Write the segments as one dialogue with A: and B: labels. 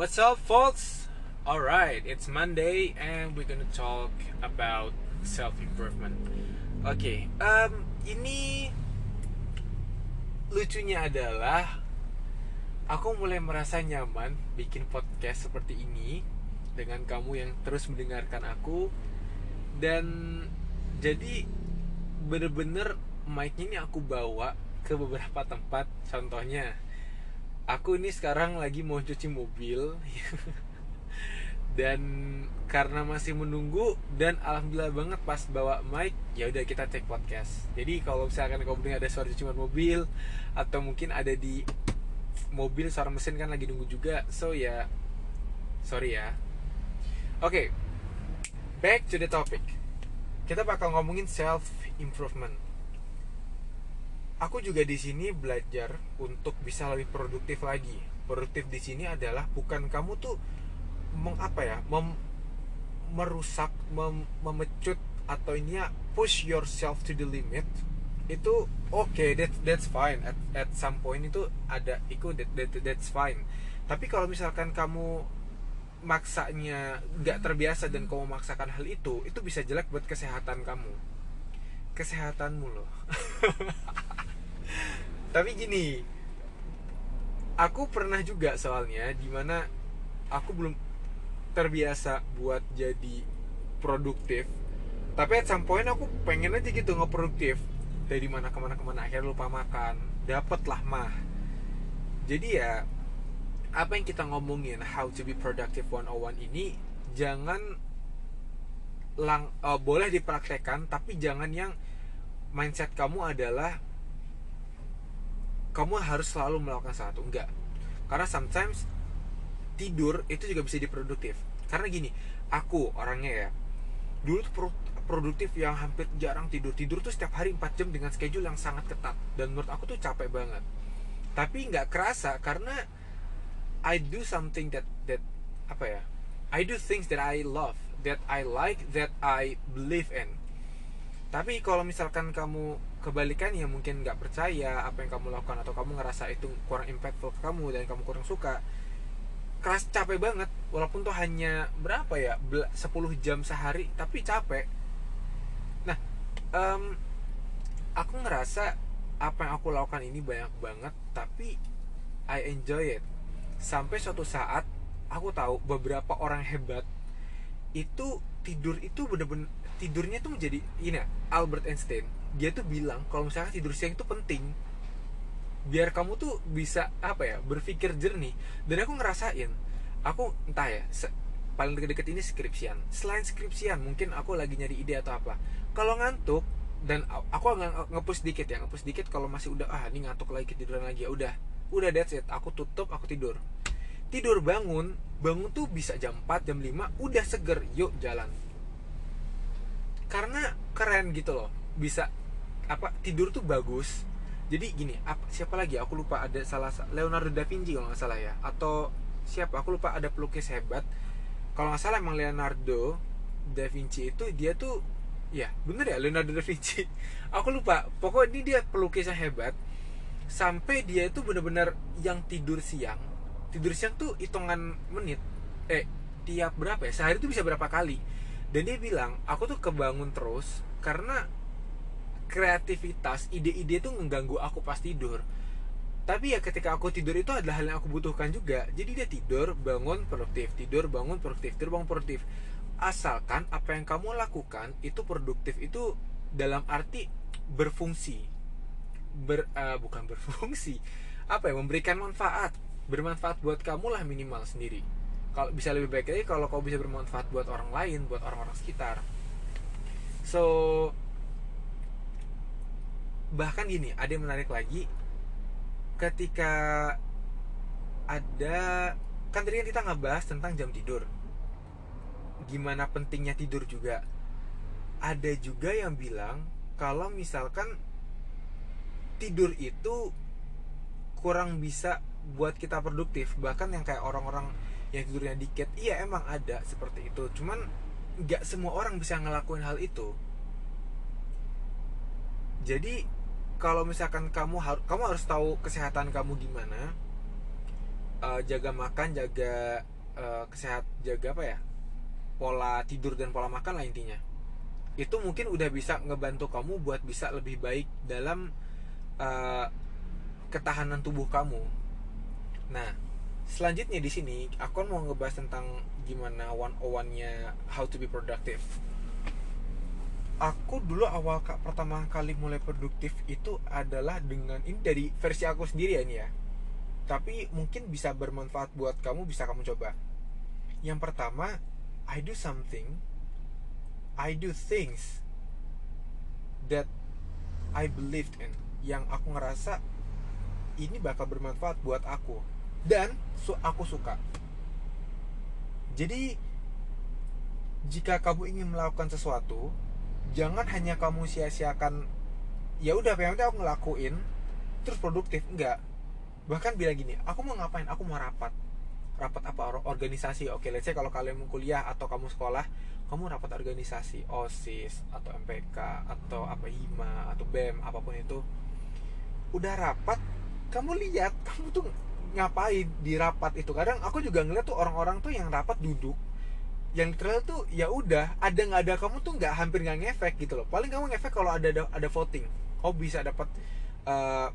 A: What's up, folks? Alright, it's Monday and we're gonna talk about self-improvement. Oke, ini lucunya adalah aku mulai merasa nyaman bikin podcast seperti ini dengan kamu yang terus mendengarkan aku. Dan jadi bener-bener mic-nya ini aku bawa ke beberapa tempat. Contohnya, aku ini sekarang lagi mau cuci mobil dan karena masih menunggu, dan alhamdulillah banget pas bawa mic, ya udah kita take podcast. Jadi kalau misalkan kamu dengar ada suara cucian mobil atau mungkin ada di mobil suara mesin kan lagi nunggu juga, so ya sorry ya. Oke, back to the topic. Kita bakal ngomongin self improvement. Aku juga di sini belajar untuk bisa lebih produktif lagi. Produktif di sini adalah bukan kamu tuh merusak, memecut atau ini ya, push yourself to the limit. Itu okay, that's fine. At some point itu ada that's fine. Tapi kalau misalkan kamu maksanya nggak terbiasa dan kamu memaksakan hal itu bisa jelek buat kesehatanmu loh. Tapi gini, aku pernah juga soalnya dimana aku belum terbiasa buat jadi produktif, tapi at some point aku pengen aja gitu ngeproduktif, dari mana kemana akhirnya lupa makan, dapet lah mah. Jadi ya, apa yang kita ngomongin how to be productive 101 ini jangan boleh dipraktekkan, tapi jangan yang mindset kamu adalah kamu harus selalu melakukan satu. Enggak. Karena sometimes tidur itu juga bisa diproduktif. Karena gini, aku orangnya ya, dulu tuh produktif yang hampir jarang tidur tuh setiap hari 4 jam dengan schedule yang sangat ketat, dan menurut aku tuh capek banget. Tapi nggak kerasa karena I do something that I do things that I love, that I like, that I believe in. Tapi kalau misalkan kamu kebalikannya, mungkin nggak percaya apa yang kamu lakukan, atau kamu ngerasa itu kurang impactful ke kamu dan kamu kurang suka, keras, capek banget. Walaupun tuh hanya berapa ya, 10 jam sehari, tapi capek. Nah, aku ngerasa apa yang aku lakukan ini banyak banget, tapi I enjoy it. Sampai suatu saat aku tahu beberapa orang hebat itu tidur itu bener-bener, tidurnya tuh menjadi ini. Albert Einstein, dia tuh bilang kalau misalnya tidur siang itu penting biar kamu tuh bisa berpikir jernih. Dan aku ngerasain, aku entah ya, paling deket-deket ini skripsian. Selain skripsian, mungkin aku lagi nyari ide atau apa, kalau ngantuk, dan aku nge-push dikit kalau masih udah ini ngantuk lagi, ketiduran lagi, ya udah that's it, aku tutup, aku tidur bangun tuh bisa jam 4, jam 5 udah seger, yuk jalan. Karena keren gitu loh, bisa tidur tuh bagus. Jadi gini, siapa lagi aku lupa, ada Leonardo da Vinci kalau nggak salah ya, atau siapa aku lupa, ada pelukis hebat kalau nggak salah, emang Leonardo da Vinci itu, dia tuh ya bener ya, Leonardo da Vinci aku lupa, pokoknya ini dia pelukis yang hebat, sampai dia itu benar-benar yang tidur siang tuh hitungan menit, tiap berapa ya, sehari tuh bisa berapa kali. Dan dia bilang, aku tuh kebangun terus karena kreativitas, ide-ide tuh mengganggu aku pas tidur. Tapi ya ketika aku tidur itu adalah hal yang aku butuhkan juga. Jadi dia tidur, bangun, produktif, tidur, bangun, produktif, tidur, bangun, produktif. Asalkan apa yang kamu lakukan itu produktif, itu dalam arti berfungsi, bukan berfungsi, memberikan manfaat, bermanfaat buat kamu lah minimal sendiri. Kalau bisa lebih baik lagi kalau kau bisa bermanfaat buat orang lain, buat orang-orang sekitar. So, bahkan gini, ada yang menarik lagi, ketika ada, kan tadi kan kita ngebahas tentang jam tidur, gimana pentingnya tidur juga. Ada juga yang bilang kalau misalkan tidur itu kurang bisa buat kita produktif, bahkan yang kayak orang-orang yang tidurnya dikit. Iya, emang ada seperti itu, cuman nggak semua orang bisa ngelakuin hal itu. Jadi kalau misalkan kamu harus tahu kesehatan kamu gimana, jaga makan, jaga jaga apa ya, pola tidur dan pola makan lah intinya. Itu mungkin udah bisa ngebantu kamu buat bisa lebih baik dalam uh, ketahanan tubuh kamu. Nah, selanjutnya di sini aku mau ngebahas tentang gimana 101-nya how to be productive. Aku dulu pertama kali mulai produktif itu adalah dengan, ini dari versi aku sendiri ya ini ya, tapi mungkin bisa bermanfaat buat kamu, bisa kamu coba. Yang pertama, I do things that I believed in, yang aku ngerasa ini bakal bermanfaat buat aku dan aku suka. Jadi jika kamu ingin melakukan sesuatu, jangan hanya kamu sia-siakan, ya udah yang penting aku ngelakuin terus produktif, enggak. Bahkan bilang gini, aku mau ngapain, aku mau rapat apa, organisasi. Oke, let's say kalau kalian mau kuliah atau kamu sekolah, kamu rapat organisasi, OSIS atau MPK atau apa, HIMA atau BEM, apapun itu. Udah rapat, kamu lihat kamu tuh ngapain di rapat itu. Kadang aku juga ngeliat tuh orang-orang tuh yang rapat duduk, yang literal tuh ya udah ada nggak ada kamu tuh nggak, hampir nggak ngefek gitu loh. Paling kamu ngefek kalau ada voting, kamu bisa dapat uh,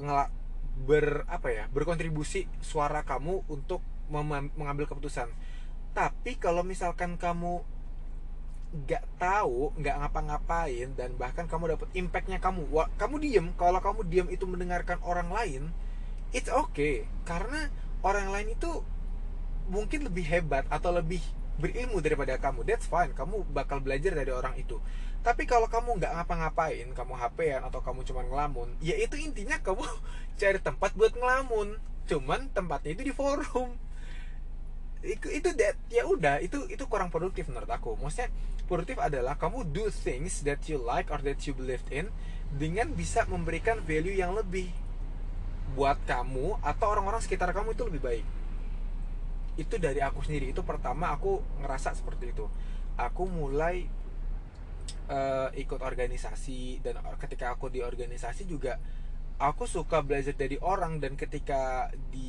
A: berkontribusi suara kamu untuk mengambil keputusan. Tapi kalau misalkan kamu nggak tahu, nggak ngapa-ngapain, dan bahkan kamu dapat impactnya, kamu diem. Kalau kamu diem itu mendengarkan orang lain, it's okay, karena orang lain itu mungkin lebih hebat atau lebih berilmu daripada kamu. That's fine, kamu bakal belajar dari orang itu. Tapi kalau kamu nggak ngapa-ngapain, kamu HP-an atau kamu cuma ngelamun, ya itu intinya kamu cari tempat buat ngelamun, cuman tempatnya itu di forum. Itu ya udah, itu kurang produktif menurut aku. Maksudnya produktif adalah kamu do things that you like or that you believed in dengan bisa memberikan value yang lebih buat kamu atau orang-orang sekitar kamu, itu lebih baik. Itu dari aku sendiri. Itu pertama aku ngerasa seperti itu. Aku mulai ikut organisasi, dan ketika aku di organisasi juga aku suka belajar dari orang. Dan ketika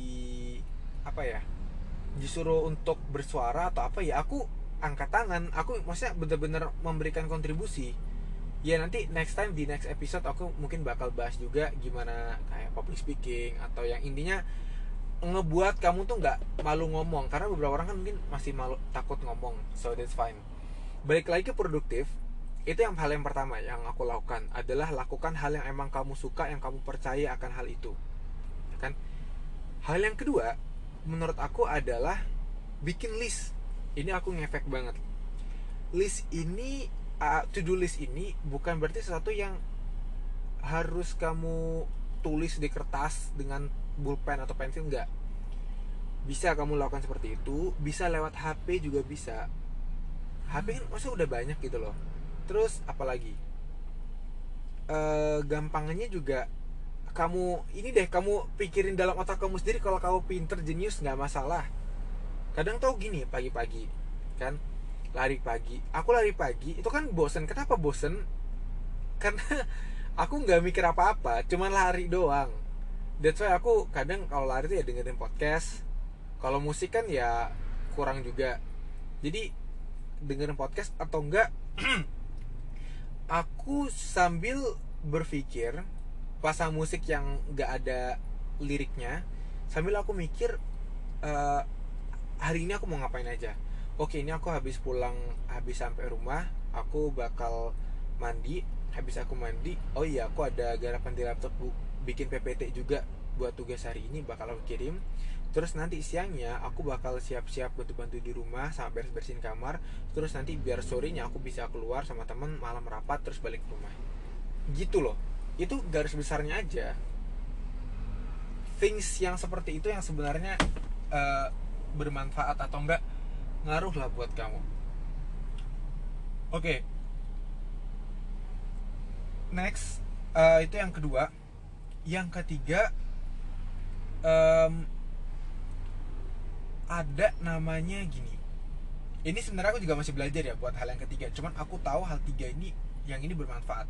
A: disuruh untuk bersuara atau apa, ya aku angkat tangan. Aku maksudnya bener-bener memberikan kontribusi. Ya nanti next time, di next episode aku mungkin bakal bahas juga gimana kayak public speaking, atau yang intinya ngebuat kamu tuh nggak malu ngomong. Karena beberapa orang kan mungkin masih malu, takut ngomong. So that's fine. Balik lagi ke produktif, itu yang hal yang pertama yang aku lakukan adalah lakukan hal yang emang kamu suka, yang kamu percaya akan hal itu, ya kan? Hal yang kedua menurut aku adalah bikin list. Ini aku ngefek banget. List ini, to do list ini bukan berarti sesuatu yang harus kamu tulis di kertas dengan pulpen atau pensil, enggak. Bisa kamu lakukan seperti itu, bisa lewat HP juga bisa. HP kan maksudnya udah banyak gitu loh. Terus apalagi gampangnya juga, kamu pikirin dalam otak kamu sendiri. Kalau kamu pinter, jenius, nggak masalah. Kadang tau gini, pagi-pagi kan lari pagi, aku lari pagi itu kan bosen. Kenapa bosen? Karena aku nggak mikir apa-apa, cuman lari doang. That's why aku kadang kalau lari tuh ya dengerin podcast. Kalau musik kan ya kurang juga, jadi dengerin podcast atau enggak aku sambil berpikir, pasang musik yang nggak ada liriknya, sambil aku mikir hari ini aku mau ngapain aja. Oke, ini aku habis sampai rumah, aku bakal mandi. Habis aku mandi, oh iya aku ada garapan di laptop, bikin PPT juga buat tugas hari ini, bakal aku kirim. Terus nanti siangnya aku bakal siap-siap bantu-bantu di rumah sama beres-bersihin kamar. Terus nanti biar sorenya aku bisa keluar sama temen, malam rapat, terus balik ke rumah. Gitu loh. Itu garis besarnya aja. Things yang seperti itu yang sebenarnya bermanfaat atau enggak ngaruh lah buat kamu. Oke. Next, itu yang kedua. Yang ketiga, ada namanya gini. Ini sebenarnya aku juga masih belajar ya buat hal yang ketiga. Cuman aku tahu hal tiga ini, yang ini bermanfaat.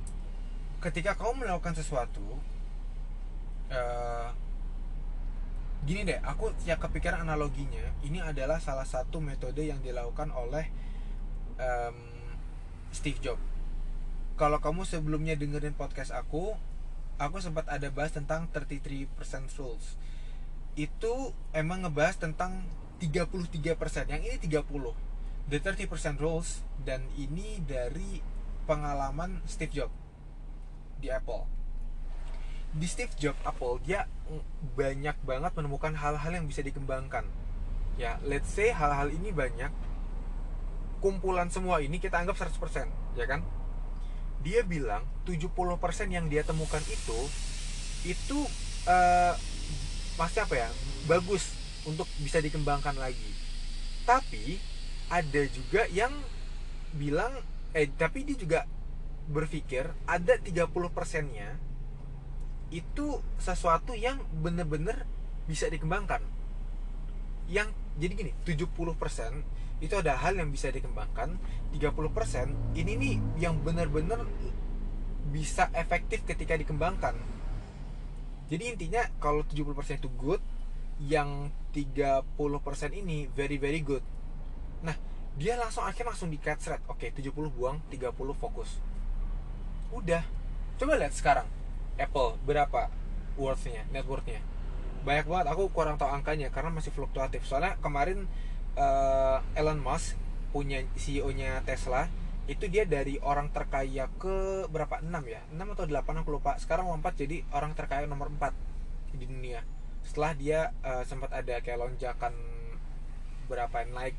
A: Ketika kamu melakukan sesuatu, Gini deh, aku ya kepikiran analoginya. Ini adalah salah satu metode yang dilakukan oleh em, Steve Jobs. Kalau kamu sebelumnya dengerin podcast aku sempat ada bahas tentang 33% rules. Itu emang ngebahas tentang 33%, yang ini 30. The 30% rules, dan ini dari pengalaman Steve Jobs di Apple. Di Steve Jobs Apple, dia banyak banget menemukan hal-hal yang bisa dikembangkan. Ya, let's say hal-hal ini banyak, kumpulan semua ini kita anggap 100%, ya kan? Dia bilang 70% yang dia temukan itu uh, masih apa ya, bagus untuk bisa dikembangkan lagi. Tapi ada juga yang bilang tapi dia juga berpikir ada 30%-nya itu sesuatu yang bener-bener bisa dikembangkan. Yang jadi gini, 70% itu ada hal yang bisa dikembangkan, 30% ini nih yang bener-bener bisa efektif ketika dikembangkan. Jadi intinya kalau 70% itu good, yang 30% ini very very good. Nah, dia akhirnya langsung di catch rate. Oke, 70 buang, 30 fokus. Udah. Coba lihat sekarang Apple berapa worth-nya, net worth-nya. Banyak banget, aku kurang tahu angkanya karena masih fluktuatif. Soalnya kemarin Elon Musk, punya CEO-nya Tesla, itu dia dari orang terkaya ke berapa? 6 ya? 6 atau 8 aku lupa. Sekarang lompat jadi orang terkaya nomor 4 di dunia. Setelah dia sempat ada kayak lonjakan berapa, naik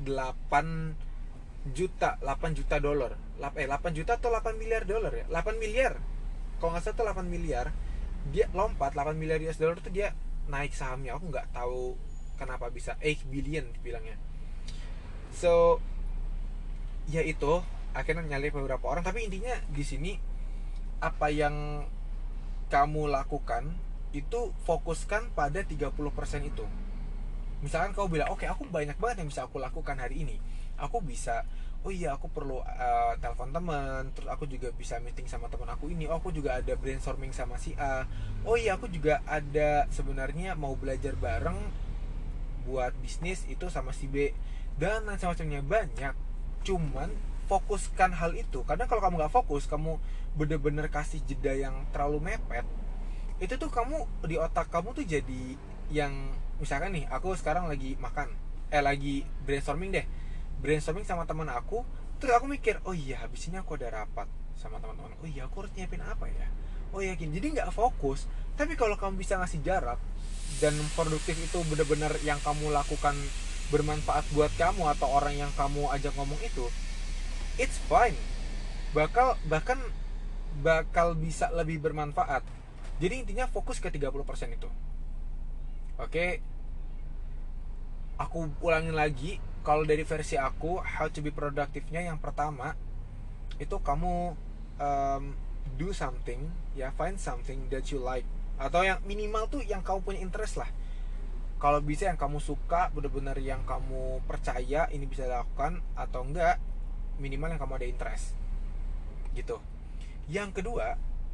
A: 8 juta dolar. 8 juta atau 8 miliar dolar ya? 8 miliar. Kalau nggak salah tuh 8 miliar. Dia lompat 8 miliar US dollar tuh, dia naik sahamnya. Aku nggak tahu kenapa bisa 8 billion bilangnya. So, ya itu akhirnya nyali beberapa orang. Tapi intinya di sini, apa yang kamu lakukan itu fokuskan pada 30% itu. Misalkan kamu bilang, oke, aku banyak banget yang bisa aku lakukan hari ini. Aku bisa, oh iya, aku perlu telepon teman, terus aku juga bisa meeting sama teman aku ini. Oh, aku juga ada brainstorming sama si A. Oh iya, aku juga ada sebenarnya mau belajar bareng buat bisnis itu sama si B, dan lain semacamnya. Banyak. Cuman fokuskan hal itu. Kadang kalau kamu nggak fokus, kamu bener-bener kasih jeda yang terlalu mepet, itu tuh kamu di otak kamu tuh jadi yang, misalkan nih aku sekarang lagi makan, lagi brainstorming deh, brainstorming sama teman aku, terus aku mikir, oh iya habis ini aku ada rapat sama teman-teman, oh iya aku harus nyiapin apa ya, oh iya gini, jadi nggak fokus. Tapi kalau kamu bisa ngasih jarak dan produktif, itu benar-benar yang kamu lakukan bermanfaat buat kamu atau orang yang kamu ajak ngomong itu, it's fine, bahkan bakal bisa lebih bermanfaat. Jadi intinya fokus ke 30% itu. Oke, aku ulangin lagi. Kalau dari versi aku, how to be productive-nya, yang pertama itu kamu do something, ya, find something that you like, atau yang minimal tuh yang kamu punya interest lah. Kalau bisa yang kamu suka, benar-benar yang kamu percaya ini bisa dilakukan, atau enggak minimal yang kamu ada interest gitu. Yang kedua,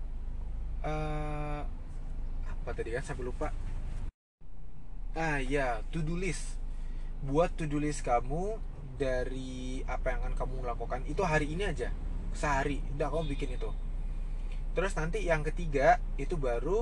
A: apa tadi kan sampai lupa. Ya, to do list. Buat to do list kamu dari apa yang akan kamu lakukan itu hari ini aja, sehari udah kamu bikin itu. Terus nanti yang ketiga itu baru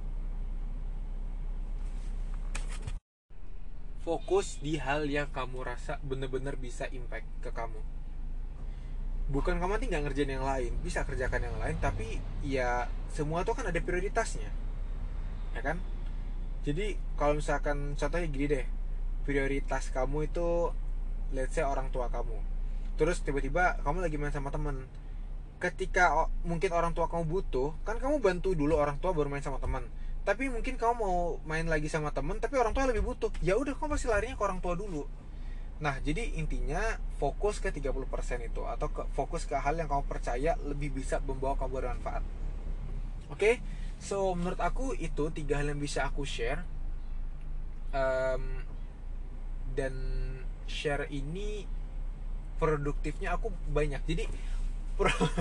A: fokus di hal yang kamu rasa bener-bener bisa impact ke kamu. Bukan kamu nanti nggak ngerjain yang lain, bisa kerjakan yang lain, tapi ya semua tuh kan ada prioritasnya, ya kan? Jadi kalau misalkan contohnya gini deh, prioritas kamu itu let's say orang tua kamu, terus tiba-tiba kamu lagi main sama temen. Ketika mungkin orang tua kamu butuh, kan kamu bantu dulu orang tua baru main sama teman. Tapi mungkin kamu mau main lagi sama temen, tapi orang tua lebih butuh, ya udah kamu pasti larinya ke orang tua dulu. Nah, jadi intinya fokus ke 30% itu, atau fokus ke hal yang kamu percaya lebih bisa membawa kamu bermanfaat. Oke, so menurut aku itu 3 hal yang bisa aku share. Dan share ini produktifnya aku banyak. Jadi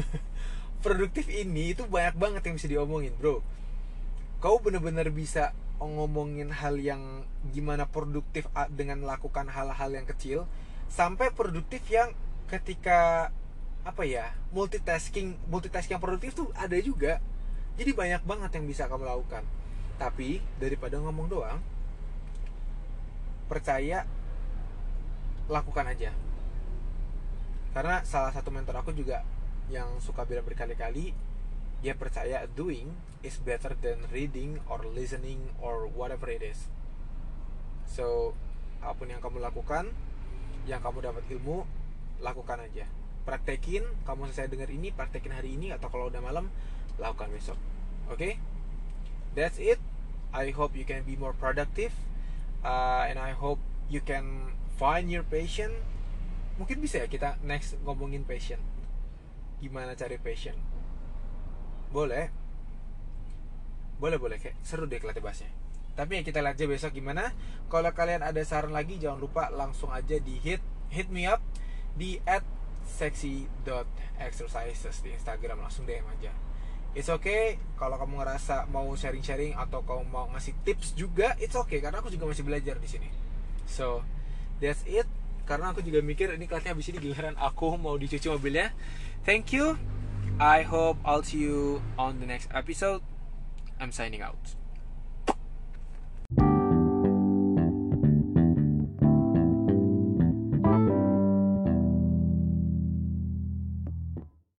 A: produktif ini itu banyak banget yang bisa diomongin, bro. Kau bener-bener bisa ngomongin hal yang gimana produktif dengan melakukan hal-hal yang kecil, sampai produktif yang ketika multitasking yang produktif tuh ada juga. Jadi banyak banget yang bisa kamu lakukan. Tapi daripada ngomong doang, percaya, lakukan aja. Karena salah satu mentor aku juga yang suka bilang berkali-kali, dia percaya doing is better than reading or listening or whatever it is. So apapun yang kamu lakukan, yang kamu dapat ilmu, lakukan aja. Praktekin, kamu selesai dengar ini, praktekin hari ini, atau kalau udah malam, lakukan besok. Okay? That's it. I hope you can be more productive, and I hope you can find your passion. Mungkin bisa ya kita next ngomongin passion. Gimana cari passion? Boleh kayak seru deh kelihatan bahasnya. Tapi ya kita lihat aja besok gimana. Kalau kalian ada saran lagi, jangan lupa langsung aja di hit me up di @sexy.exercises di Instagram, langsung DM aja. It's okay kalau kamu ngerasa mau sharing-sharing atau kamu mau ngasih tips juga, it's okay karena aku juga masih belajar di sini. So that's it. Karena aku juga mikir ini kelasnya habis ini giliran aku mau dicuci mobilnya. Thank you. I hope I'll see you on the next episode. I'm signing out.